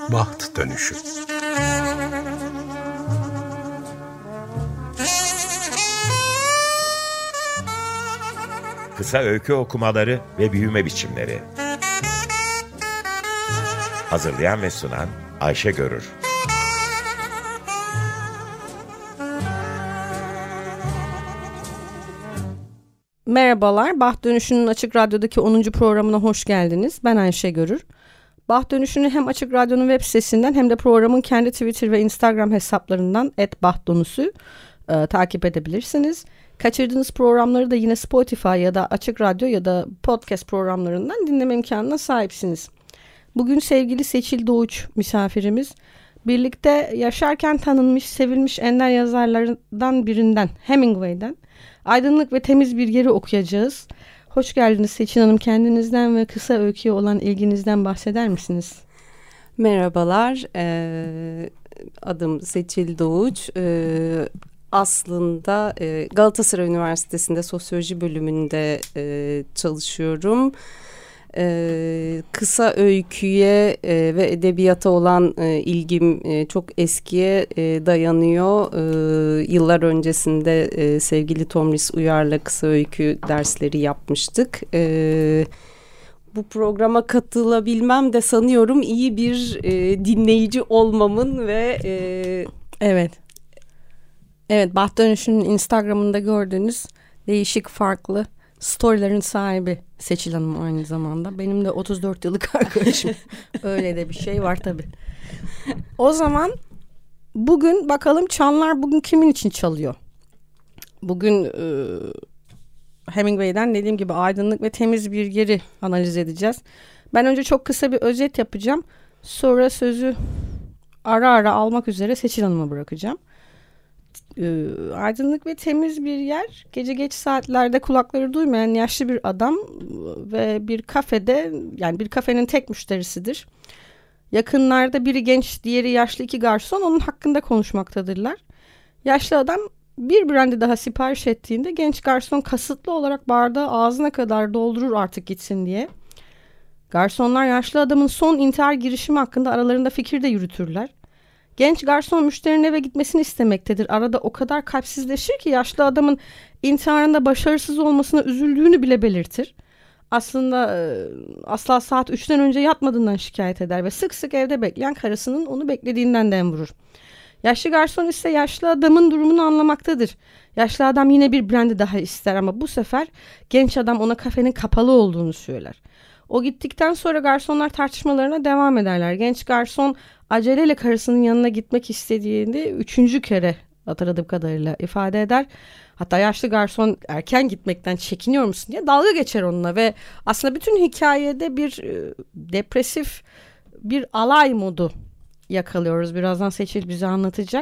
Baht Dönüşü. Kısa öykü okumaları ve büyüme biçimleri. Hazırlayan ve sunan Ayşe Görür. Merhabalar, Baht Dönüşü'nün Açık Radyo'daki 10. programına hoş geldiniz. Ben Ayşe Görür. Baht Dönüşü'nü hem Açık Radyo'nun web sitesinden hem de programın kendi Twitter ve Instagram hesaplarından @bahtdonusu takip edebilirsiniz. Kaçırdığınız programları da yine Spotify ya da Açık Radyo ya da podcast programlarından dinleme imkanına sahipsiniz. Bugün sevgili Seçil Doğuç misafirimiz. Birlikte yaşarken tanınmış, sevilmiş ender yazarlardan birinden, Hemingway'den Aydınlık ve Temiz Bir Yeri okuyacağız. Hoş geldiniz Seçil Hanım. Kendinizden ve kısa öyküye olan ilginizden bahseder misiniz? Merhabalar, adım Seçil Doğuç. Aslında Galatasaray Üniversitesi'nde sosyoloji bölümünde çalışıyorum. Kısa öyküye ve edebiyata olan ilgim çok eskiye dayanıyor. Yıllar öncesinde sevgili Tomris Uyar'la kısa öykü dersleri yapmıştık. Bu programa katılabilmem de sanıyorum iyi bir dinleyici olmamın ve... Evet, Baht Dönüşü'nün Instagram'ında gördüğünüz değişik farklı storylerin sahibi Seçil Hanım aynı zamanda. Benim de 34 yıllık arkadaşım. Öyle de bir şey var tabii. O zaman bugün bakalım çanlar bugün kimin için çalıyor? Bugün Hemingway'den dediğim gibi Aydınlık ve Temiz Bir Yeri analiz edeceğiz. Ben önce çok kısa bir özet yapacağım. Sonra sözü ara ara almak üzere Seçil Hanım'a bırakacağım. Aydınlık ve temiz bir yer, gece geç saatlerde kulakları duymayan yaşlı bir adam ve bir kafede, yani bir kafenin tek müşterisidir. Yakınlarda biri genç, diğeri yaşlı iki garson onun hakkında konuşmaktadırlar. Yaşlı adam bir brandy daha sipariş ettiğinde genç garson kasıtlı olarak bardağı ağzına kadar doldurur artık gitsin diye. Garsonlar yaşlı adamın son intihar girişimi hakkında aralarında fikir de yürütürler. Genç garson müşterinin eve gitmesini istemektedir. Arada o kadar kalpsizleşir ki yaşlı adamın intiharında başarısız olmasına üzüldüğünü bile belirtir. Aslında asla saat 3'ten önce yatmadığından şikayet eder ve sık sık evde bekleyen karısının onu beklediğinden dem vurur. Yaşlı garson ise yaşlı adamın durumunu anlamaktadır. Yaşlı adam yine bir brandy daha ister ama bu sefer genç adam ona kafenin kapalı olduğunu söyler. O gittikten sonra garsonlar tartışmalarına devam ederler. Genç garson aceleyle karısının yanına gitmek istediğini 3. kere hatırladığım kadarıyla ifade eder. Hatta yaşlı garson erken gitmekten çekiniyor musun diye dalga geçer onunla ve aslında bütün hikayede bir depresif bir alay modu yakalıyoruz. Birazdan Seçil bize anlatacak.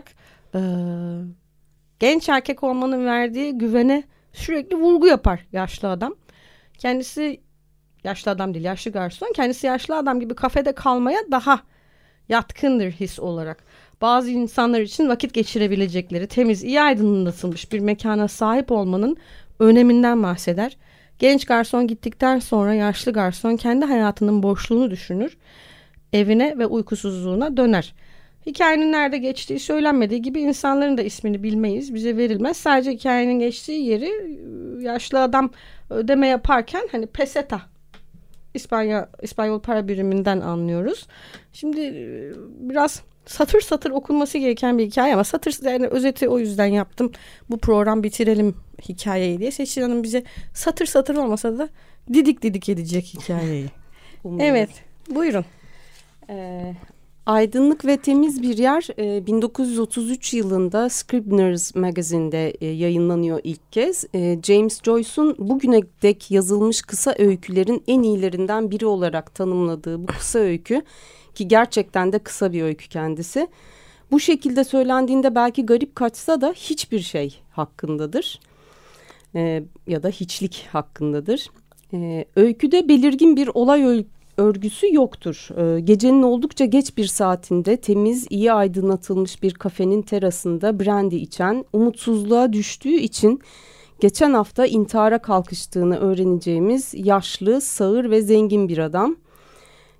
Genç erkek olmanın verdiği güvene sürekli vurgu yapar yaşlı adam. Kendisi yaşlı adam değil, yaşlı garson. Kendisi yaşlı adam gibi kafede kalmaya daha yatkındır his olarak. Bazı insanlar için vakit geçirebilecekleri temiz, iyi aydınlatılmış bir mekana sahip olmanın öneminden bahseder. Genç garson gittikten sonra yaşlı garson kendi hayatının boşluğunu düşünür. Evine ve uykusuzluğuna döner. Hikayenin nerede geçtiği söylenmediği gibi insanların da ismini bilmeyiz, bize verilmez. Sadece hikayenin geçtiği yeri yaşlı adam ödeme yaparken hani peseta, İspanyol para biriminden anlıyoruz. Şimdi biraz satır satır okunması gereken bir hikaye ama yani özeti o yüzden yaptım. Bu program bitirelim hikayeyi diye. Seçil Hanım bize satır satır olmasa da didik didik edecek hikayeyi. Evet, buyurun. Aydınlık ve Temiz Bir Yer 1933 yılında Scribner's Magazine'de yayınlanıyor ilk kez. James Joyce'un bugüne dek yazılmış kısa öykülerin en iyilerinden biri olarak tanımladığı bu kısa öykü, ki gerçekten de kısa bir öykü kendisi, bu şekilde söylendiğinde belki garip kaçsa da hiçbir şey hakkındadır ya da hiçlik hakkındadır. Öyküde belirgin bir olay örgüsü yoktur. Gecenin oldukça geç bir saatinde temiz, iyi aydınlatılmış bir kafenin terasında brandy içen, umutsuzluğa düştüğü için geçen hafta intihara kalkıştığını öğreneceğimiz yaşlı, sağır ve zengin bir adam.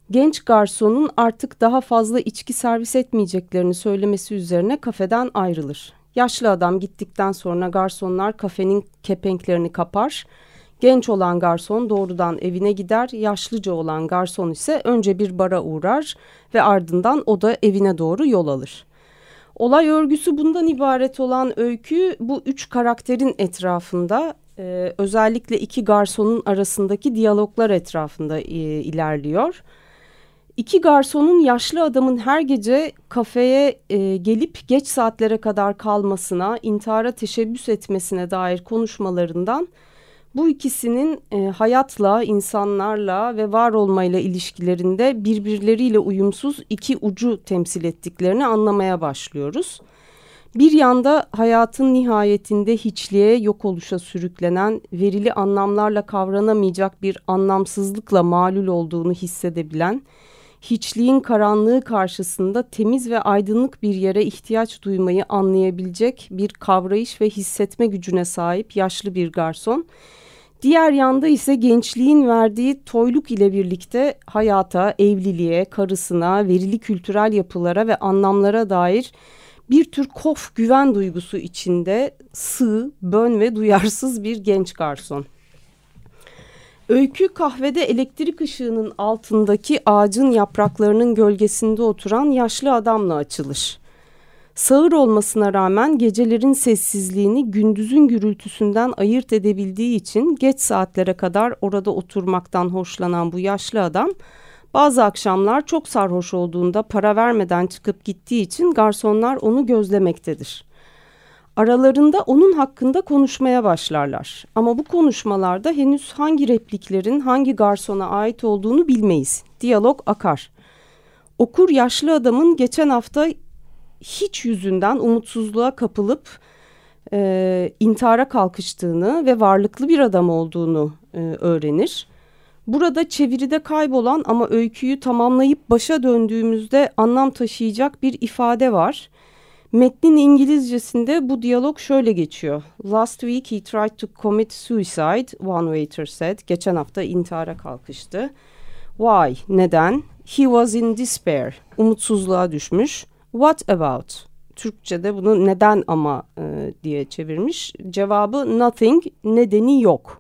Genç garsonun artık daha fazla içki servis etmeyeceklerini söylemesi üzerine kafeden ayrılır. Yaşlı adam gittikten sonra garsonlar kafenin kepenklerini kapar. Genç olan garson doğrudan evine gider, yaşlıca olan garson ise önce bir bara uğrar ve ardından o da evine doğru yol alır. Olay örgüsü bundan ibaret olan öykü bu üç karakterin etrafında, özellikle iki garsonun arasındaki diyaloglar etrafında ilerliyor. İki garsonun yaşlı adamın her gece kafeye gelip geç saatlere kadar kalmasına, intihara teşebbüs etmesine dair konuşmalarından bu ikisinin hayatla, insanlarla ve var olmayla ilişkilerinde birbirleriyle uyumsuz iki ucu temsil ettiklerini anlamaya başlıyoruz. Bir yanda hayatın nihayetinde hiçliğe, yok oluşa sürüklenen, verili anlamlarla kavranamayacak bir anlamsızlıkla malul olduğunu hissedebilen, hiçliğin karanlığı karşısında temiz ve aydınlık bir yere ihtiyaç duymayı anlayabilecek bir kavrayış ve hissetme gücüne sahip yaşlı bir garson. Diğer yanda ise gençliğin verdiği toyluk ile birlikte hayata, evliliğe, karısına, verili kültürel yapılara ve anlamlara dair bir tür güven duygusu içinde sığ, bön ve duyarsız bir genç garson. Öykü kahvede elektrik ışığının altındaki ağacın yapraklarının gölgesinde oturan yaşlı adamla açılır. Sağır olmasına rağmen gecelerin sessizliğini gündüzün gürültüsünden ayırt edebildiği için geç saatlere kadar orada oturmaktan hoşlanan bu yaşlı adam bazı akşamlar çok sarhoş olduğunda para vermeden çıkıp gittiği için garsonlar onu gözlemektedir. Aralarında onun hakkında konuşmaya başlarlar. Ama bu konuşmalarda henüz hangi repliklerin hangi garsona ait olduğunu bilmeyiz. Diyalog akar. Okur yaşlı adamın geçen hafta hiç yüzünden umutsuzluğa kapılıp intihara kalkıştığını ve varlıklı bir adam olduğunu öğrenir. Burada çeviride kaybolan ama öyküyü tamamlayıp başa döndüğümüzde anlam taşıyacak bir ifade var. Metnin İngilizcesinde bu diyalog şöyle geçiyor. Last week he tried to commit suicide, one waiter said. Geçen hafta intihara kalkıştı. Why? Neden? He was in despair. Umutsuzluğa düşmüş. What about? Türkçe'de bunu neden ama diye çevirmiş. Cevabı nothing, nedeni yok.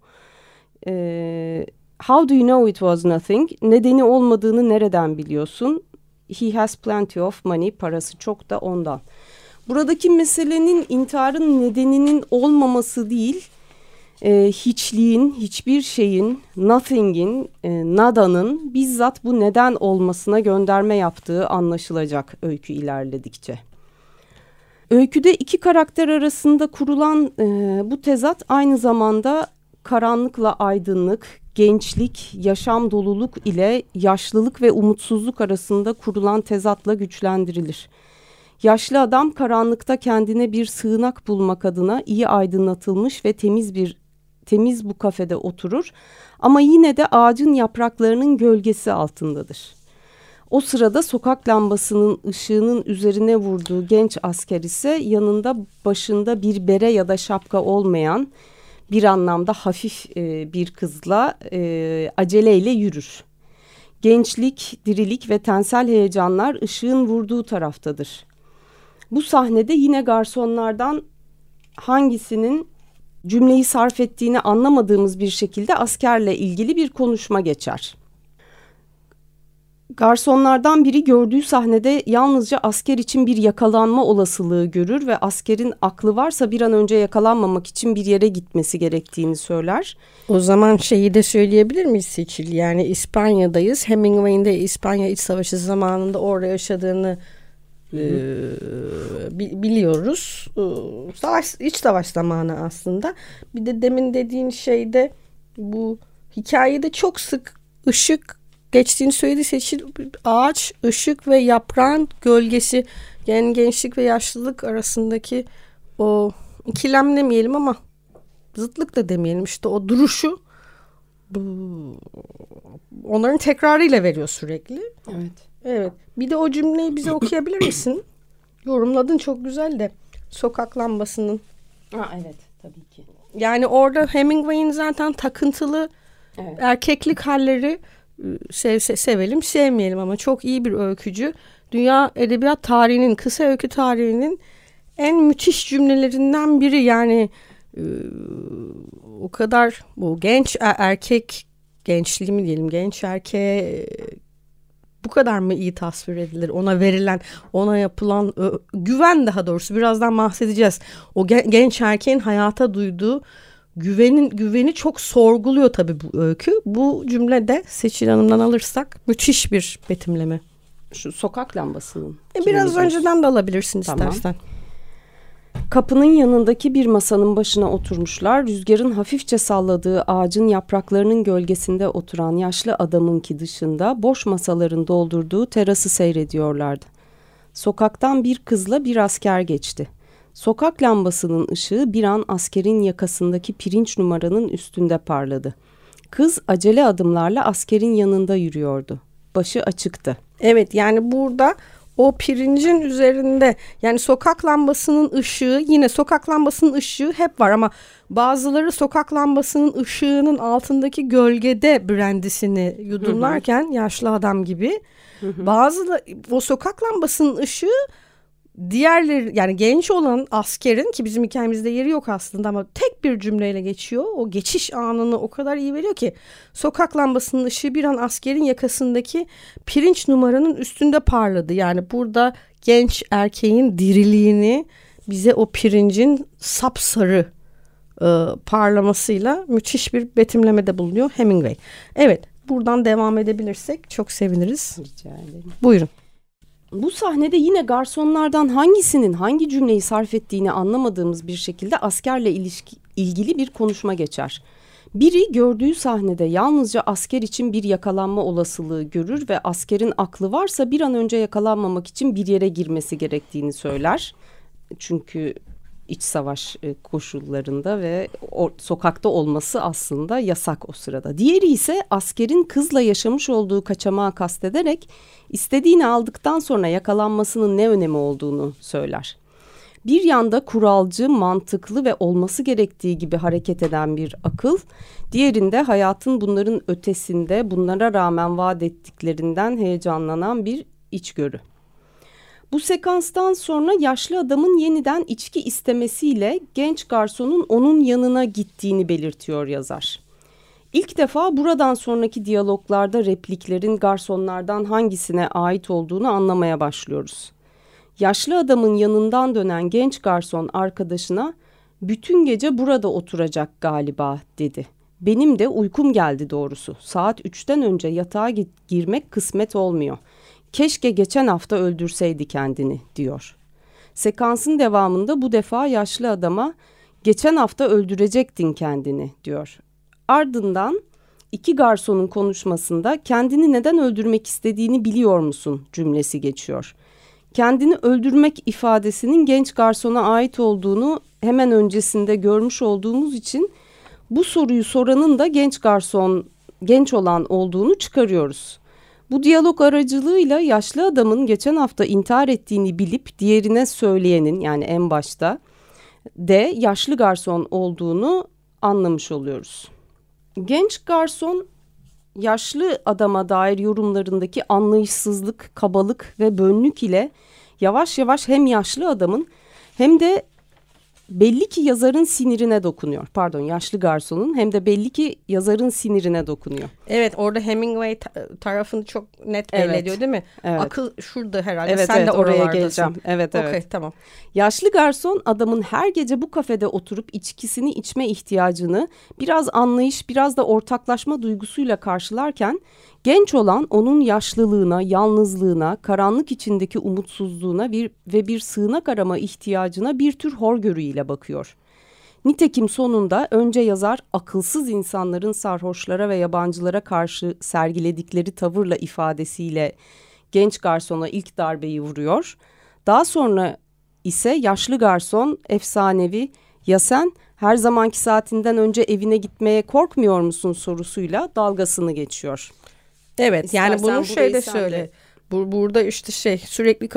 How do you know it was nothing? Nedeni olmadığını nereden biliyorsun? He has plenty of money, parası çok da ondan. Buradaki meselenin intiharın nedeninin olmaması değil, hiçliğin, hiçbir şeyin, nothing'in, nada'nın bizzat bu neden olmasına gönderme yaptığı anlaşılacak öykü ilerledikçe. Öyküde iki karakter arasında kurulan bu tezat aynı zamanda karanlıkla aydınlık, gençlik, yaşam doluluk ile yaşlılık ve umutsuzluk arasında kurulan tezatla güçlendirilir. Yaşlı adam karanlıkta kendine bir sığınak bulmak adına iyi aydınlatılmış ve temiz bu kafede oturur ama yine de ağacın yapraklarının gölgesi altındadır. O sırada sokak lambasının ışığının üzerine vurduğu genç asker ise yanında başında bir bere ya da şapka olmayan bir anlamda hafif bir kızla aceleyle yürür. Gençlik, dirilik ve tensel heyecanlar ışığın vurduğu taraftadır. Bu sahnede yine garsonlardan hangisinin cümleyi sarf ettiğini anlamadığımız bir şekilde askerle ilgili bir konuşma geçer. Garsonlardan biri gördüğü sahnede yalnızca asker için bir yakalanma olasılığı görür ve askerin aklı varsa bir an önce yakalanmamak için bir yere gitmesi gerektiğini söyler. O zaman şeyi de söyleyebilir miyiz Seçil? Yani İspanya'dayız. Hemingway'in de İspanya İç Savaşı zamanında orada yaşadığını biliyoruz. İç savaş zamanı aslında. Bir de demin dediğin şeyde bu hikayede çok sık ışık geçtiğini söyledi Seçil. Ağaç, ışık ve yaprağın gölgesi, yani gençlik ve yaşlılık arasındaki o ikilem demeyelim ama zıtlık da demeyelim, işte o duruşu onların tekrarıyla veriyor sürekli. Evet. Evet. Bir de o cümleyi bize okuyabilir misin? Yorumladın çok güzel de. Sokak lambasının. Evet, tabii ki. Yani orada Hemingway'in zaten takıntılı erkeklik halleri sevelim sevmeyelim ama çok iyi bir öykücü. Dünya edebiyat tarihinin, kısa öykü tarihinin en müthiş cümlelerinden biri. Yani o kadar bu genç erkek, gençliği mi diyelim, genç erkeğe bu kadar mı iyi tasvir edilir? Ona verilen, ona yapılan güven, daha doğrusu birazdan bahsedeceğiz. O genç erkeğin hayata duyduğu güveni çok sorguluyor tabii bu öykü. Bu cümle de Seçil Hanım'dan alırsak müthiş bir betimleme. Şu sokak lambasının. Biraz önceden de alabilirsin tamam. istersen. Kapının yanındaki bir masanın başına oturmuşlar. Rüzgarın hafifçe salladığı ağacın yapraklarının gölgesinde oturan yaşlı adamınki dışında boş masaların doldurduğu terası seyrediyorlardı. Sokaktan bir kızla bir asker geçti. Sokak lambasının ışığı bir an askerin yakasındaki pirinç numaranın üstünde parladı. Kız acele adımlarla askerin yanında yürüyordu. Başı açıktı. Evet, yani burada o pirincin üzerinde, yani sokak lambasının ışığı, yine sokak lambasının ışığı hep var ama bazıları sokak lambasının ışığının altındaki gölgede brandisini yudumlarken yaşlı adam gibi, bazıları o sokak lambasının ışığı diğerleri, yani genç olan askerin, ki bizim hikayemizde yeri yok aslında ama tek bir cümleyle geçiyor. O geçiş anını o kadar iyi veriyor ki, sokak lambasının ışığı bir an askerin yakasındaki pirinç numaranın üstünde parladı. Yani burada genç erkeğin diriliğini bize o pirincin sapsarı parlamasıyla müthiş bir betimlemede bulunuyor Hemingway. Evet, buradan devam edebilirsek çok seviniriz. Rica ederim. Buyurun. Bu sahnede yine garsonlardan hangisinin hangi cümleyi sarf ettiğini anlamadığımız bir şekilde askerle ilgili bir konuşma geçer. Biri gördüğü sahnede yalnızca asker için bir yakalanma olasılığı görür ve askerin aklı varsa bir an önce yakalanmamak için bir yere girmesi gerektiğini söyler. Çünkü iç savaş koşullarında ve sokakta olması aslında yasak o sırada. Diğeri ise askerin kızla yaşamış olduğu kaçamağı kastederek istediğini aldıktan sonra yakalanmasının ne önemi olduğunu söyler. Bir yanda kuralcı, mantıklı ve olması gerektiği gibi hareket eden bir akıl, diğerinde hayatın bunların ötesinde, bunlara rağmen vaat ettiklerinden heyecanlanan bir içgörü. Bu sekanstan sonra yaşlı adamın yeniden içki istemesiyle genç garsonun onun yanına gittiğini belirtiyor yazar. İlk defa buradan sonraki diyaloglarda repliklerin garsonlardan hangisine ait olduğunu anlamaya başlıyoruz. Yaşlı adamın yanından dönen genç garson arkadaşına "Bütün gece burada oturacak galiba," dedi. "Benim de uykum geldi doğrusu. Saat 3'ten önce yatağa girmek kısmet olmuyor. Keşke geçen hafta öldürseydi kendini," diyor. Sekansın devamında bu defa yaşlı adama "Geçen hafta öldürecektin kendini," diyor. Ardından iki garsonun konuşmasında "Kendini neden öldürmek istediğini biliyor musun?" cümlesi geçiyor. Kendini öldürmek ifadesinin genç garsona ait olduğunu hemen öncesinde görmüş olduğumuz için bu soruyu soranın da genç olan olduğunu çıkarıyoruz. Bu diyalog aracılığıyla yaşlı adamın geçen hafta intihar ettiğini bilip diğerine söyleyenin, yani en başta de yaşlı garson olduğunu anlamış oluyoruz. Genç garson yaşlı adama dair yorumlarındaki anlayışsızlık, kabalık ve bönlük ile yavaş yavaş hem yaşlı adamın hem de belli ki yazarın sinirine dokunuyor. Pardon, yaşlı garsonun hem de belli ki yazarın sinirine dokunuyor. Evet, orada Hemingway tarafını çok net belli ediyor değil mi? Evet. Akıl şurada herhalde. Evet, sen de oraya oralardasın. geleceğim. Evet. Okay, tamam. Yaşlı garson adamın her gece bu kafede oturup içkisini içme ihtiyacını biraz anlayış, biraz da ortaklaşma duygusuyla karşılarken genç olan onun yaşlılığına, yalnızlığına, karanlık içindeki umutsuzluğuna ve bir sığınak arama ihtiyacına bir tür hoşgörüyle bakıyor. Nitekim sonunda önce yazar akılsız insanların sarhoşlara ve yabancılara karşı sergiledikleri tavırla ifadesiyle genç garsona ilk darbeyi vuruyor. Daha sonra ise yaşlı garson efsanevi "Ya sen her zamanki saatinden önce evine gitmeye korkmuyor musun?" sorusuyla dalgasını geçiyor. Evet, İstersen yani bunu şöyle söyle. Burada işte sürekli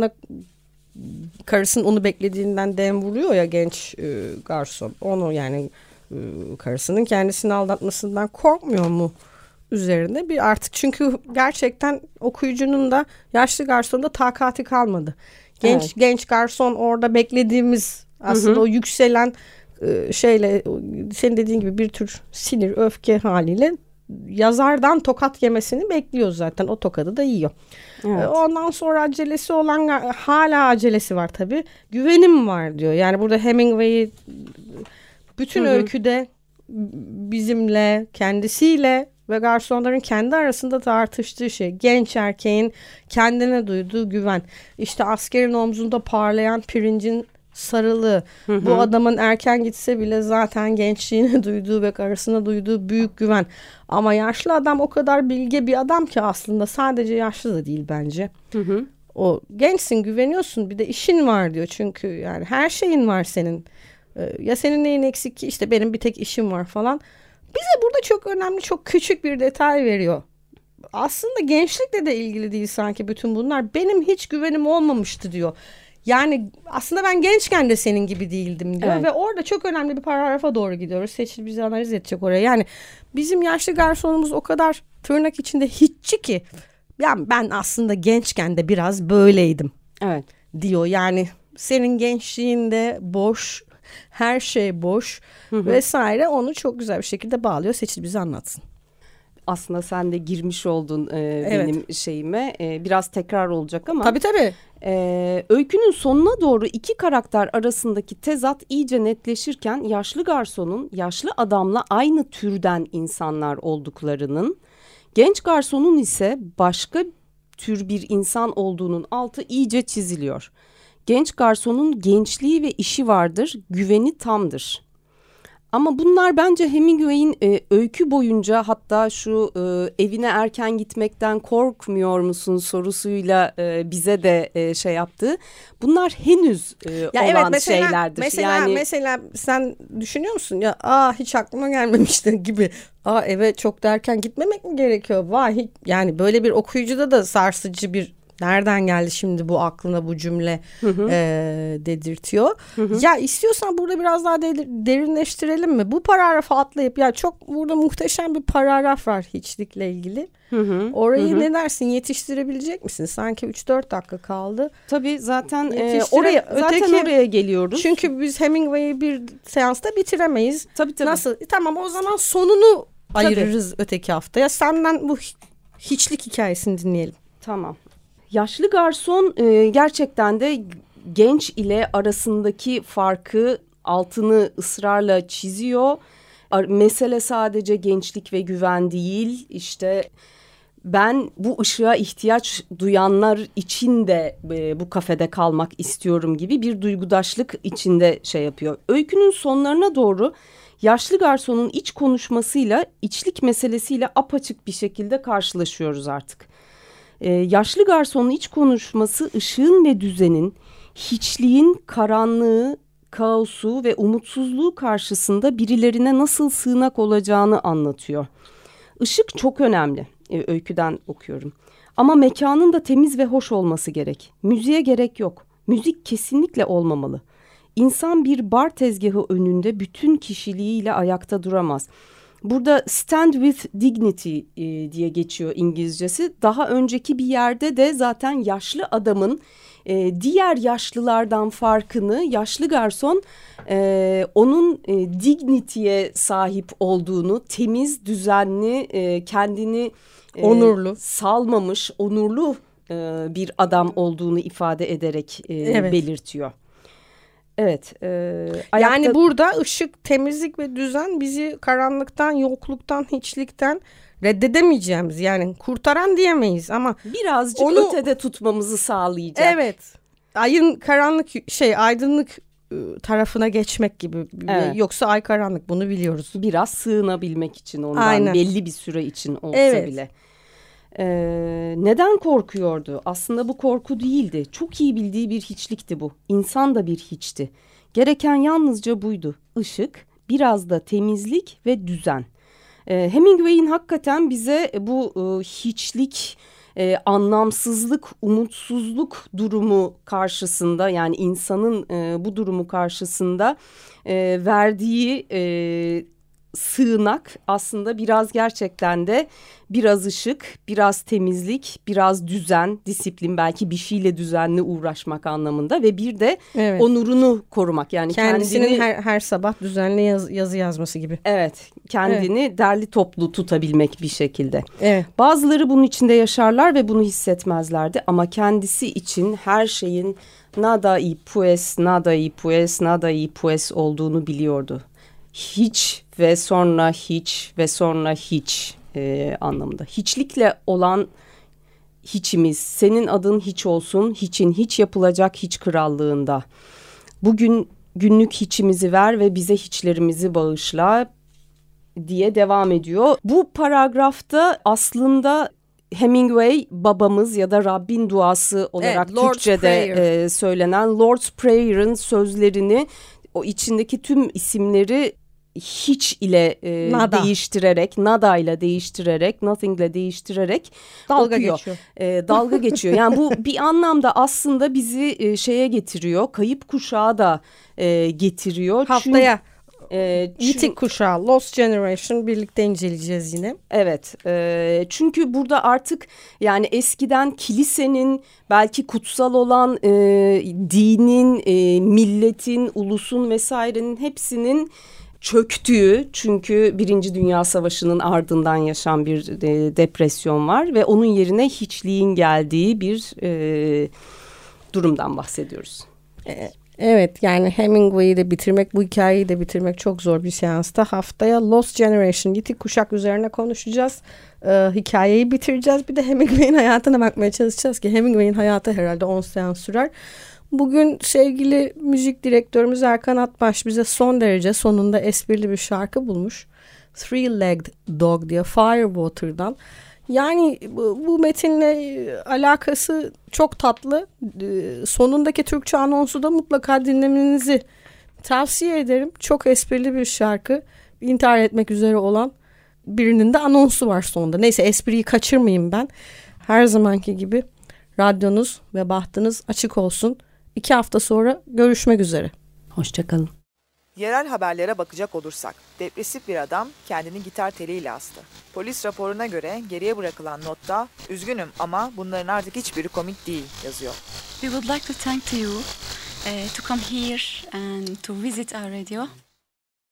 karısının onu beklediğinden dem vuruyor ya genç garson. Onu yani karısının kendisini aldatmasından korkmuyor mu üzerine bir artık, çünkü gerçekten okuyucunun da yaşlı garsonda takati kalmadı. Genç garson orada beklediğimiz aslında o yükselen şeyle, senin dediğin gibi bir tür sinir, öfke haliyle yazardan tokat yemesini bekliyoruz zaten. O tokadı da yiyor. Evet. Ondan sonra acelesi olan, hala acelesi var tabii. Güvenim var diyor. Yani burada Hemingway'i bütün öyküde bizimle, kendisiyle ve garsonların kendi arasında tartıştığı şey. Genç erkeğin kendine duyduğu güven. İşte askerin omzunda parlayan pirincin sarılığı. Bu adamın erken gitse bile zaten gençliğine duyduğu ve karısına duyduğu büyük güven. Ama yaşlı adam o kadar bilge bir adam ki aslında, sadece yaşlı da değil bence. O gençsin, güveniyorsun, bir de işin var diyor. Çünkü yani her şeyin var senin. Ya senin neyin eksik ki? İşte benim bir tek işim var falan. Bize burada çok önemli, çok küçük bir detay veriyor. Aslında gençlikle de ilgili değil sanki bütün bunlar. Benim hiç güvenim olmamıştı diyor. Yani aslında ben gençken de senin gibi değildim diyor. Evet. Ve orada çok önemli bir paragrafa doğru gidiyoruz. Seçil bizi analiz edecek oraya. Yani bizim yaşlı garsonumuz o kadar tırnak içinde hiççi ki. Yani ben aslında gençken de biraz böyleydim. Evet. Diyor. Yani senin gençliğinde boş, her şey boş vesaire, onu çok güzel bir şekilde bağlıyor. Seçil bize anlatsın. Aslında sen de girmiş oldun benim şeyime. Biraz tekrar olacak ama. Tabii. Öykünün sonuna doğru iki karakter arasındaki tezat iyice netleşirken yaşlı garsonun yaşlı adamla aynı türden insanlar olduklarının, genç garsonun ise başka tür bir insan olduğunun altı iyice çiziliyor. Genç garsonun gençliği ve işi vardır, güveni tamdır. Ama bunlar bence Hemingway'in öykü boyunca, hatta şu evine erken gitmekten korkmuyor musun sorusuyla bize de şey yaptı. Bunlar henüz olan şeylerdir. Mesela sen düşünüyor musun ya, hiç aklıma gelmemişti gibi. Eve çok da erken gitmemek mi gerekiyor? Vay, yani böyle bir okuyucuda da sarsıcı bir, nereden geldi şimdi bu aklına bu cümle dedirtiyor. Ya istiyorsan burada biraz daha derinleştirelim mi? Bu paragrafı atlayıp, ya çok burada muhteşem bir paragraf var hiçlikle ilgili. Orayı ne dersin, yetiştirebilecek misin? Sanki 3-4 dakika kaldı. Tabii zaten öteki, oraya geliyoruz. Çünkü biz Hemingway'i bir seansta bitiremeyiz. Tabii. Nasıl? Tamam, o zaman sonunu ayırırız öteki haftaya. Senden bu hiçlik hikayesini dinleyelim. Tamam. Yaşlı garson gerçekten de genç ile arasındaki farkı, altını ısrarla çiziyor. Mesele sadece gençlik ve güven değil. İşte ben bu ışığa ihtiyaç duyanlar için de bu kafede kalmak istiyorum gibi bir duygudaşlık içinde şey yapıyor. Öykünün sonlarına doğru yaşlı garsonun iç konuşmasıyla, içlik meselesiyle apaçık bir şekilde karşılaşıyoruz artık. Yaşlı garsonun iç konuşması ışığın ve düzenin, hiçliğin, karanlığı, kaosu ve umutsuzluğu karşısında birilerine nasıl sığınak olacağını anlatıyor. Işık çok önemli, öyküden okuyorum. Ama mekanın da temiz ve hoş olması gerek. Müziğe gerek yok. Müzik kesinlikle olmamalı. İnsan bir bar tezgahı önünde bütün kişiliğiyle ayakta duramaz. Burada stand with dignity diye geçiyor İngilizcesi. Daha önceki bir yerde de zaten yaşlı adamın diğer yaşlılardan farkını, yaşlı garson onun dignity'ye sahip olduğunu, temiz, düzenli, kendini onurlu, salmamış, onurlu bir adam olduğunu ifade ederek belirtiyor. Evet. Yani burada ışık, temizlik ve düzen bizi karanlıktan, yokluktan, hiçlikten reddedemeyeceğimiz, yani kurtaran diyemeyiz ama birazcık ötede tutmamızı sağlayacak. Evet. Aydınlık tarafına geçmek gibi. Evet. Yoksa ay karanlık, bunu biliyoruz. Biraz sığınabilmek için ondan, belli bir süre için olsa bile. Neden korkuyordu? Aslında bu korku değildi. Çok iyi bildiği bir hiçlikti bu. İnsan da bir hiçti. Gereken yalnızca buydu. Işık, biraz da temizlik ve düzen. Hemingway'in hakikaten bize bu hiçlik, anlamsızlık, umutsuzluk durumu karşısında, yani insanın bu durumu karşısında verdiği sığınak aslında biraz gerçekten de biraz ışık, biraz temizlik, biraz düzen, disiplin, belki bir şeyle düzenli uğraşmak anlamında ve bir de onurunu korumak. Yani kendisinin her sabah düzenli yazı yazması gibi. Evet, kendini derli toplu tutabilmek bir şekilde. Evet. Bazıları bunun içinde yaşarlar ve bunu hissetmezlerdi ama kendisi için her şeyin nada y pues, nada y pues, nada y pues olduğunu biliyordu. Hiç ve sonra hiç ve sonra hiç anlamında. Hiçlikle olan hiçimiz, senin adın hiç olsun, hiçin hiç yapılacak hiç krallığında. Bugün günlük hiçimizi ver ve bize hiçlerimizi bağışla diye devam ediyor. Bu paragrafta aslında Hemingway babamız ya da Rabbin duası olarak Türkçe'de söylenen Lord's Prayer'ın sözlerini, o içindeki tüm isimleri hiç ile değiştirerek, nada ile değiştirerek, nothing ile değiştirerek dalga okuyor. Geçiyor. Dalga geçiyor. Yani bu bir anlamda aslında bizi şeye getiriyor. Kayıp kuşağı da getiriyor. Haftaya Yitik kuşağı, Lost Generation birlikte inceleyeceğiz yine. Evet, çünkü burada artık yani eskiden kilisenin, belki kutsal olan dinin, milletin, ulusun vesairenin hepsinin çöktüğü, çünkü Birinci Dünya Savaşı'nın ardından yaşanan bir depresyon var ve onun yerine hiçliğin geldiği bir durumdan bahsediyoruz. Evet, yani Hemingway'i de bitirmek, bu hikayeyi de bitirmek çok zor bir seansta. Haftaya Lost Generation, yitik kuşak üzerine konuşacağız. Hikayeyi bitireceğiz. Bir de Hemingway'in hayatına bakmaya çalışacağız ki Hemingway'in hayatı herhalde 10 seans sürer. Bugün sevgili müzik direktörümüz Erkan Atbaş bize son derece sonunda esprili bir şarkı bulmuş. Three-Legged Dog diye Firewater'dan. Yani bu metinle alakası çok tatlı. Sonundaki Türkçe anonsu da mutlaka dinlemenizi tavsiye ederim. Çok esprili bir şarkı. İntihar etmek üzere olan birinin de anonsu var sonunda. Neyse, espriyi kaçırmayayım ben. Her zamanki gibi radyonuz ve bahtınız açık olsun. 2 hafta sonra görüşmek üzere. Hoşçakalın. Yerel haberlere bakacak olursak, depresif bir adam kendini gitar teliyle astı. Polis raporuna göre geriye bırakılan notta, "Üzgünüm ama bunların artık hiçbiri komik değil" yazıyor. We would like to thank you to come here and to visit our radio.